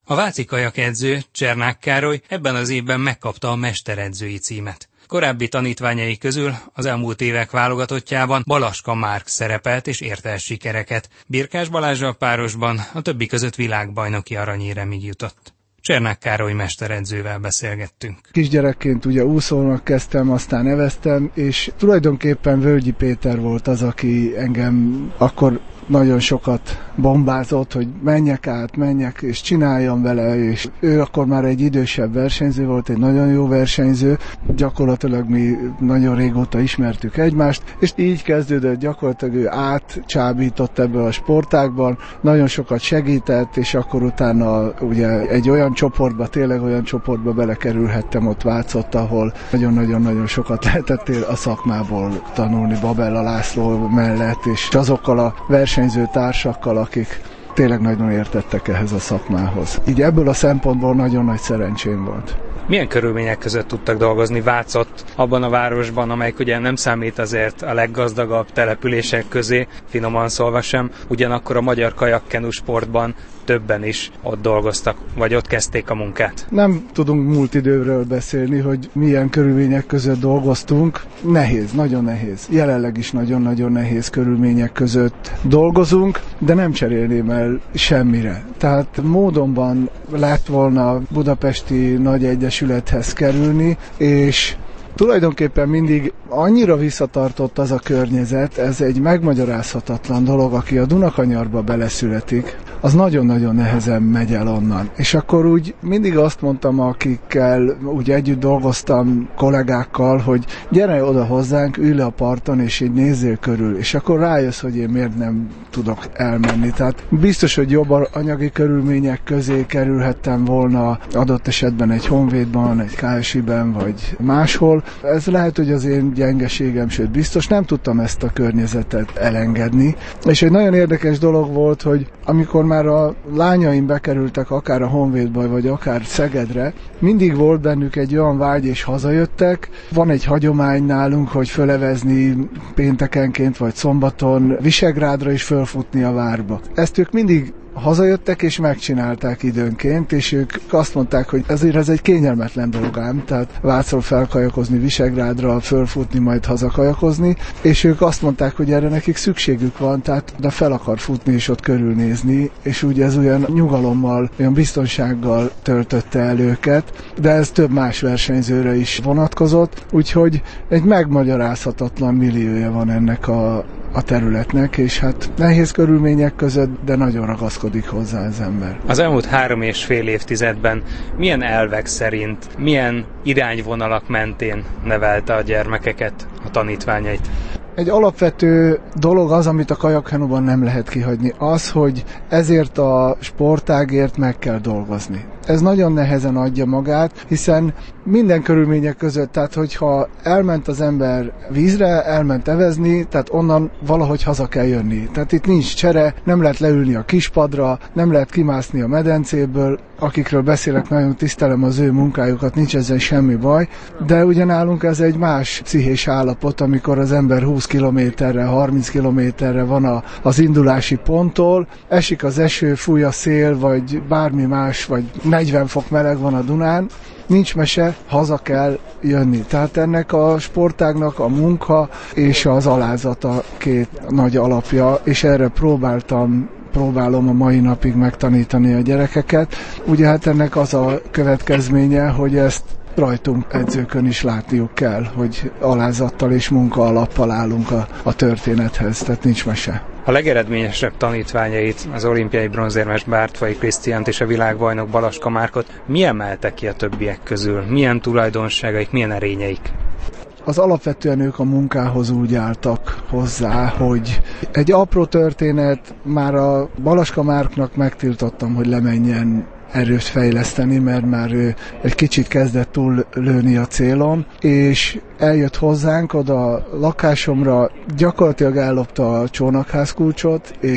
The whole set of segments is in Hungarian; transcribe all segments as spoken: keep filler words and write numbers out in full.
A váci kajakedző, Csernák Károly ebben az évben megkapta a mesteredzői címet. Korábbi tanítványai közül az elmúlt évek válogatottjában Balaska Márk szerepelt és ért el sikereket. Birkás Balázsral párosban a többi között világbajnoki aranyéremig jutott. Csernák Károly mesteredzővel beszélgettünk. Kisgyerekként ugye úszónak kezdtem, aztán neveztem, és tulajdonképpen Völgyi Péter volt az, aki engem akkor nagyon sokat bombázott, hogy menjek át, menjek és csináljam vele, és ő akkor már egy idősebb versenyző volt, egy nagyon jó versenyző, gyakorlatilag mi nagyon régóta ismertük egymást, és így kezdődött, gyakorlatilag ő átcsábított ebből a sportágban, nagyon sokat segített, és akkor utána ugye egy olyan csoportba, tényleg olyan csoportba belekerülhettem ott Vácott, ahol nagyon-nagyon-nagyon sokat lehetett a szakmából tanulni Babella László mellett, és azokkal a versenyző társakkal, akik tényleg nagyon értettek ehhez a szakmához. Így ebből a szempontból nagyon nagy szerencsém volt. Milyen körülmények között tudtak dolgozni Vácott, abban a városban, amelyik ugye nem számít azért a leggazdagabb települések közé, finoman szólva sem, ugyanakkor a magyar kajakkenu sportban többen is ott dolgoztak, vagy ott kezdték a munkát? Nem tudunk múlt időről beszélni, hogy milyen körülmények között dolgoztunk. Nehéz, nagyon nehéz. Jelenleg is nagyon-nagyon nehéz körülmények között dolgozunk, de nem cserélném el semmire. Tehát módonban lett volna budapesti nagy egyesülethez kerülni, és tulajdonképpen mindig annyira visszatartott az a környezet, ez egy megmagyarázhatatlan dolog, aki a Dunakanyarba beleszületik, az nagyon-nagyon nehezen megy el onnan. És akkor úgy mindig azt mondtam, akikkel úgy együtt dolgoztam kollégákkal, hogy gyere oda hozzánk, ülj le a parton, és így nézzél körül. És akkor rájössz, hogy én miért nem tudok elmenni. Tehát biztos, hogy jobb anyagi körülmények közé kerülhettem volna adott esetben egy Honvédban, egy ká es i-ben, vagy máshol. Ez lehet, hogy az én gyengeségem, sőt biztos nem tudtam ezt a környezetet elengedni. És egy nagyon érdekes dolog volt, hogy amikor már a lányaim bekerültek akár a Honvédba, vagy akár Szegedre, mindig volt bennük egy olyan vágy, és hazajöttek. Van egy hagyomány nálunk, hogy fölevezni péntekenként, vagy szombaton Visegrádra is fölfutni a várba. Ezt ők mindig hazajöttek és megcsinálták időnként, és ők azt mondták, hogy ezért ez egy kényelmetlen dolog ám, tehát Vácról felkajakozni Visegrádra, fölfutni, majd hazakajakozni, és ők azt mondták, hogy erre nekik szükségük van, tehát de fel akar futni és ott körülnézni, és úgy ez olyan nyugalommal, olyan biztonsággal töltötte el őket, de ez több más versenyzőre is vonatkozott, úgyhogy egy megmagyarázhatatlan milliója van ennek a a területnek, és hát nehéz körülmények között, de nagyon ragaszkodik hozzá az ember. Az elmúlt három és fél évtizedben milyen elvek szerint, milyen irányvonalak mentén nevelte a gyermekeket, a tanítványait? Egy alapvető dolog az, amit a kajakkenuban nem lehet kihagyni, az, hogy ezért a sportágért meg kell dolgozni. Ez nagyon nehezen adja magát, hiszen minden körülmények között, tehát hogyha elment az ember vízre, elment evezni, tehát onnan valahogy haza kell jönni. Tehát itt nincs csere, nem lehet leülni a kispadra, nem lehet kimászni a medencéből, akikről beszélek, nagyon tisztelem az ő munkájukat, nincs ezzel semmi baj, de ugyanálunk ez egy más pszichés állapot, amikor az ember húsz kilométerre, harminc kilométerre van a, az indulási ponttól, esik az eső, fúj a szél, vagy bármi más, vagy negyven fok meleg van a Dunán, nincs mese, haza kell jönni. Tehát ennek a sportágnak a munka és az alázata két nagy alapja, és erre próbáltam próbálom a mai napig megtanítani a gyerekeket. Ugye hát ennek az a következménye, hogy ezt rajtunk edzőkön is látniuk kell, hogy alázattal és munka alappal állunk a, a történethez, tehát nincs mese. A legeredményesebb tanítványait, az olimpiai bronzérmes Bártfai Krisztiánt és a világbajnok Balaska Márkot mi emelte ki a többiek közül? Milyen tulajdonságaik, milyen erényeik? Az alapvetően ők a munkához úgy álltak hozzá, hogy egy apró történet, már a Balaska Márknak megtiltottam, hogy lemenjen erőt fejleszteni, mert már ő egy kicsit kezdett túl lőni a célon, és eljött hozzánk oda a lakásomra, gyakorlatilag ellopta a csónakház kulcsot, és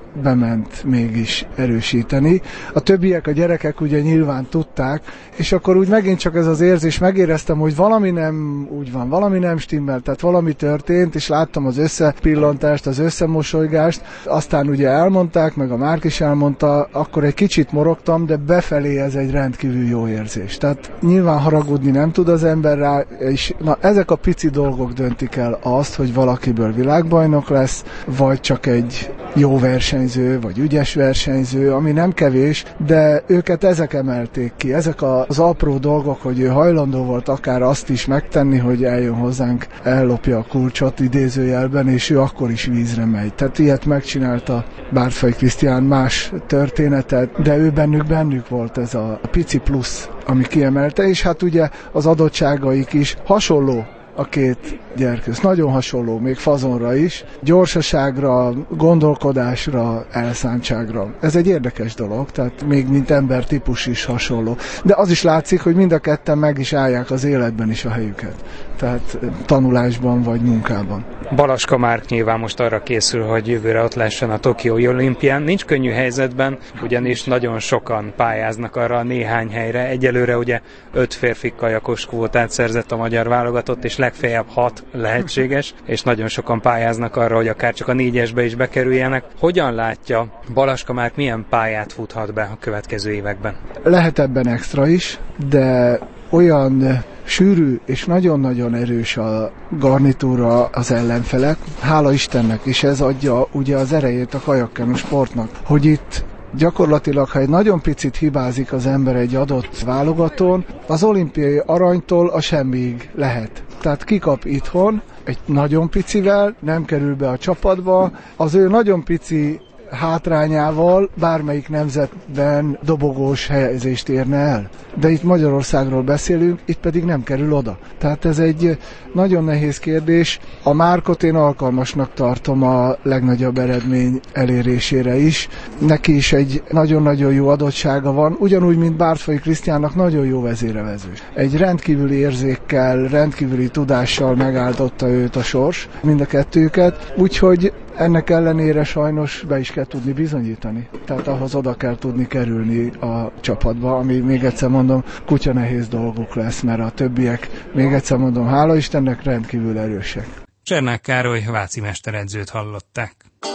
bement mégis erősíteni. A többiek, a gyerekek ugye nyilván tudták, és akkor úgy megint csak ez az érzés, megéreztem, hogy valami nem úgy van, valami nem stimmel, tehát valami történt, és láttam az összepillantást, az összemosolygást, aztán ugye elmondták, meg a Márk is elmondta, akkor egy kicsit morogtam, de befelé ez egy rendkívül jó érzés. Tehát nyilván haragudni nem tud az ember rá, és na, ezek a pici dolgok döntik el azt, hogy valakiből világbajnok lesz, vagy csak egy jó versenyző, vagy ügyes versenyző, ami nem kevés, de őket ezek emelték ki. Ezek az apró dolgok, hogy ő hajlandó volt akár azt is megtenni, hogy eljön hozzánk, ellopja a kulcsot idézőjelben, és ő akkor is vízre megy. Tehát ilyet megcsinálta Bártfai Krisztián, más történetet, de ő bennük, bennük volt ez a pici plusz, ami kiemelte, és hát ugye az adottságaik is hasonló a két gyerkőz. Nagyon hasonló, még fazonra is. Gyorsaságra, gondolkodásra, elszántságra. Ez egy érdekes dolog, tehát még mint embertípus is hasonló. De az is látszik, hogy mind a ketten meg is állják az életben is a helyüket. Tehát tanulásban vagy munkában. Balaska Márk nyilván most arra készül, hogy jövőre ott lessen a Tokiói olimpián. Nincs könnyű helyzetben, ugyanis nagyon sokan pályáznak arra a néhány helyre. Egyelőre ugye öt férfi kajakos kvótát szerzett a magyar válogatott, és legfeljebb hat lehetséges, és nagyon sokan pályáznak arra, hogy akár csak a négyesbe is bekerüljenek. Hogyan látja Balaska Márk, milyen pályát futhat be a következő években? Lehet ebben extra is, de olyan sűrű és nagyon-nagyon erős a garnitúra az ellenfelek, hála Istennek, és ez adja ugye az erejét a kajakkenu sportnak, hogy itt gyakorlatilag, ha egy nagyon picit hibázik az ember egy adott válogatón, az olimpiai aranytól a semmig lehet. Tehát kikap itthon egy nagyon picivel, nem kerül be a csapatba, az ő nagyon pici hátrányával bármelyik nemzetben dobogós helyezést érne el. De itt Magyarországról beszélünk, itt pedig nem kerül oda. Tehát ez egy nagyon nehéz kérdés. A Márkot én alkalmasnak tartom a legnagyobb eredmény elérésére is. Neki is egy nagyon-nagyon jó adottsága van, ugyanúgy, mint Bártfai Krisztiánnak nagyon jó vezérevezős. Egy rendkívüli érzékkel, rendkívüli tudással megáldotta őt a sors, mind a kettőket, úgyhogy ennek ellenére sajnos be is kell tudni bizonyítani. Tehát ahhoz oda kell tudni kerülni a csapatba, ami még egyszer mondom, kutya nehéz dolguk lesz, mert a többiek, még egyszer mondom, hála Istennek rendkívül erősek. Csernák Károly váci mesteredzőt hallották.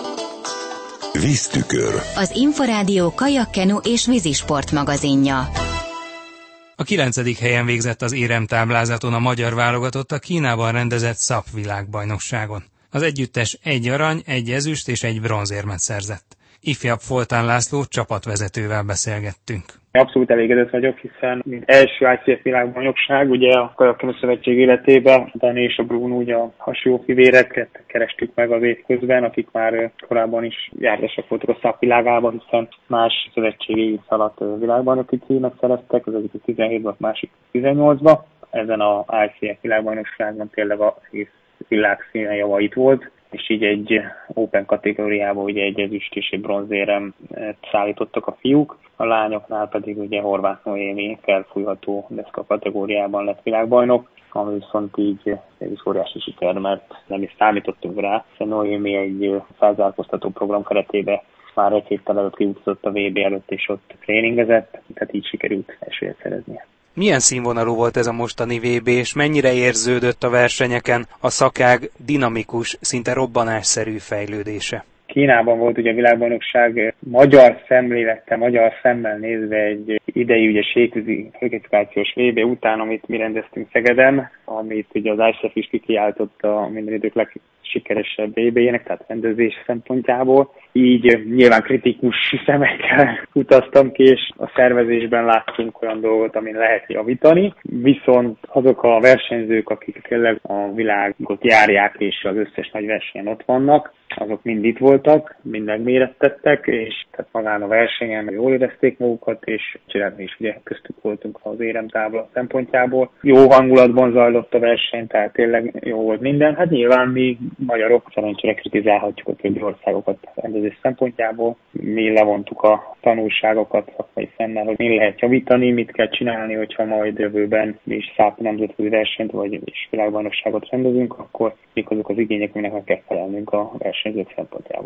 Víztükör. Az Inforádió kajakkenu és vízisport magazinja. A kilencedik helyen végzett az éremtáblázaton a magyar válogatott a Kínában rendezett szap világbajnokságon. Az együttes egy arany, egy ezüst és egy bronzérmet szerzett. Ifjabb Foltán László csapatvezetővel beszélgettünk. Abszolút elégedett vagyok, hiszen mint első i cé ef világbajnokság, ugye a Kajakkenu Szövetség életében Dani és a Bruno, ugye a hasonló fivéreket kerestük meg az év közben, akik már korábban is jártasok voltak a szap világában, hiszen más szövetségi alatt világbajnoki címet szereztek, az egyik tizenhétben, a másik tizennyolcban. Ezen a i cé ef világbajnokságon tényleg a világ színe javait volt, és így egy open kategóriában ugye egy ezüst és egy bronzérem szállítottak a fiúk, a lányoknál pedig ugye Horváth Noémi felfújható deszka kategóriában lett világbajnok, ami viszont így egy óriási siker, mert nem is számítottunk rá, hiszen Noémi egy felzárkóztató program keretében már egy héttel előtt kiutazott a vé bé előtt, és ott tréningezett, tehát így sikerült esélyt szereznie. Milyen színvonalú volt ez a mostani vé bé, és mennyire érződött a versenyeken a szakág dinamikus, szinte robbanásszerű fejlődése? Kínában volt ugye a világbajnokság, magyar szemlélettel, magyar szemmel nézve egy idei ugye sékvízi kvalifikációs vé bé után, amit mi rendeztünk Szegeden, amit ugye az i cé ef is kikiáltotta a minden idők legsikeresebb vé bé-jének, tehát rendezés szempontjából. Így nyilván kritikus szemekkel utaztam ki, és a szervezésben láttunk olyan dolgot, amin lehet javítani. Viszont azok a versenyzők, akik tényleg a világot járják, és az összes nagy versenyen ott vannak, azok mind itt voltak, mind megmérettettek, és tehát magán a versenyen jól érezték magukat, és csinálni is ugye köztük voltunk az éremtábla szempontjából. Jó hangulatban zajlott a verseny, tehát tényleg jó volt minden. Hát nyilván mi magyarok szerencsére kritizálhatjuk a többi országokat rendezés szempontjából. Mi levontuk a tanulságokat szakmai szemmel, hogy mi lehet javítani, mit kell csinálni, hogyha majd jövőben mi is száp nemzetközi versenyt vagy is világbajnokságot rendezünk, akkor mik azok az igények, aminek meg kell felelnünk a versenyzők szempontjából.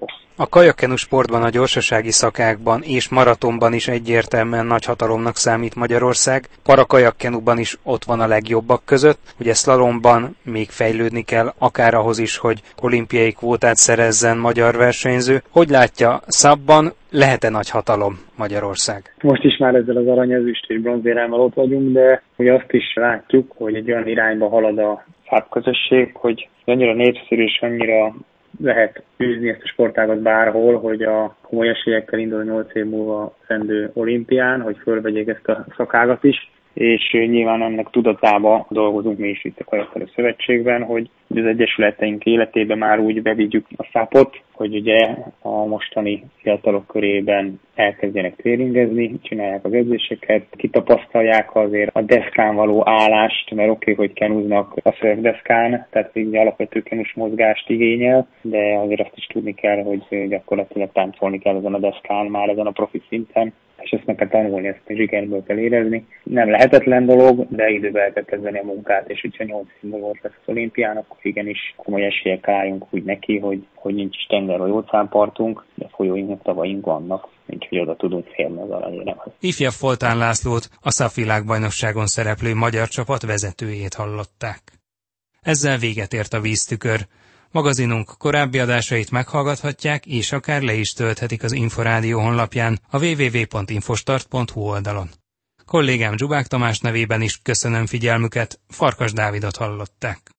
A kajakkenu sportban, a gyorsasági szakákban és maratonban is egyértelműen nagy hatalomnak számít Magyarország. Parakajakkenuban is ott van a legjobbak között. Ugye szlalomban még fejlődni kell, akár ahhoz is, hogy olimpiai kvótát szerezzen magyar versenyző. Hogy látja, szabban lehet-e nagy hatalom Magyarország? Most is már ezzel az arany, ezüst és bronzéremmel ott vagyunk, de ugye azt is látjuk, hogy egy olyan irányba halad a száb közösség, hogy annyira népszerű és annyira lehet űzni ezt a sportágat bárhol, hogy a komoly esélyekkel indul nyolc év múlva szendő olimpián, hogy fölvegyék ezt a szakágat is, és nyilván ennek tudatába dolgozunk mi is itt a Kajakkenu Szövetségben, hogy az egyesületeink életében már úgy bevigyük a szápot, hogy ugye a mostani fiatalok körében elkezdjenek tréningezni, csinálják az edzéseket, kitapasztalják azért a deszkán való állást, mert oké, okay, hogy kenuznak a szörfdeszkán, tehát így alapvető kenus mozgást igényel, de azért azt is tudni kell, hogy gyakorlatilag táncolni kell ezen a deszkán már ezen a profi szinten, és ezt meg kell tanulni, ezt zsigerből kell érezni. Nem lehetetlen dolog, de időben el kell kezdeni a munkát, és hogyha nyolc év múlva lesz az olimpián, akkor igenis komoly esélyekkel álljunk úgy neki, hogy, hogy nincs is tenger vagy óceánpartunk, de folyóink, tavaink vannak, mint hogy oda tudunk férni az aranyéremhez. Ifjabb Foltán Lászlót, a SZAF világbajnokságon szereplő magyar csapat vezetőjét hallották. Ezzel véget ért a Víztükör. Magazinunk korábbi adásait meghallgathatják, és akár le is tölthetik az Inforádió honlapján, a double-u double-u double-u pont infostart pont hu oldalon. Kollégám Zsubák Tamás nevében is köszönöm figyelmüket, Farkas Dávidot hallották.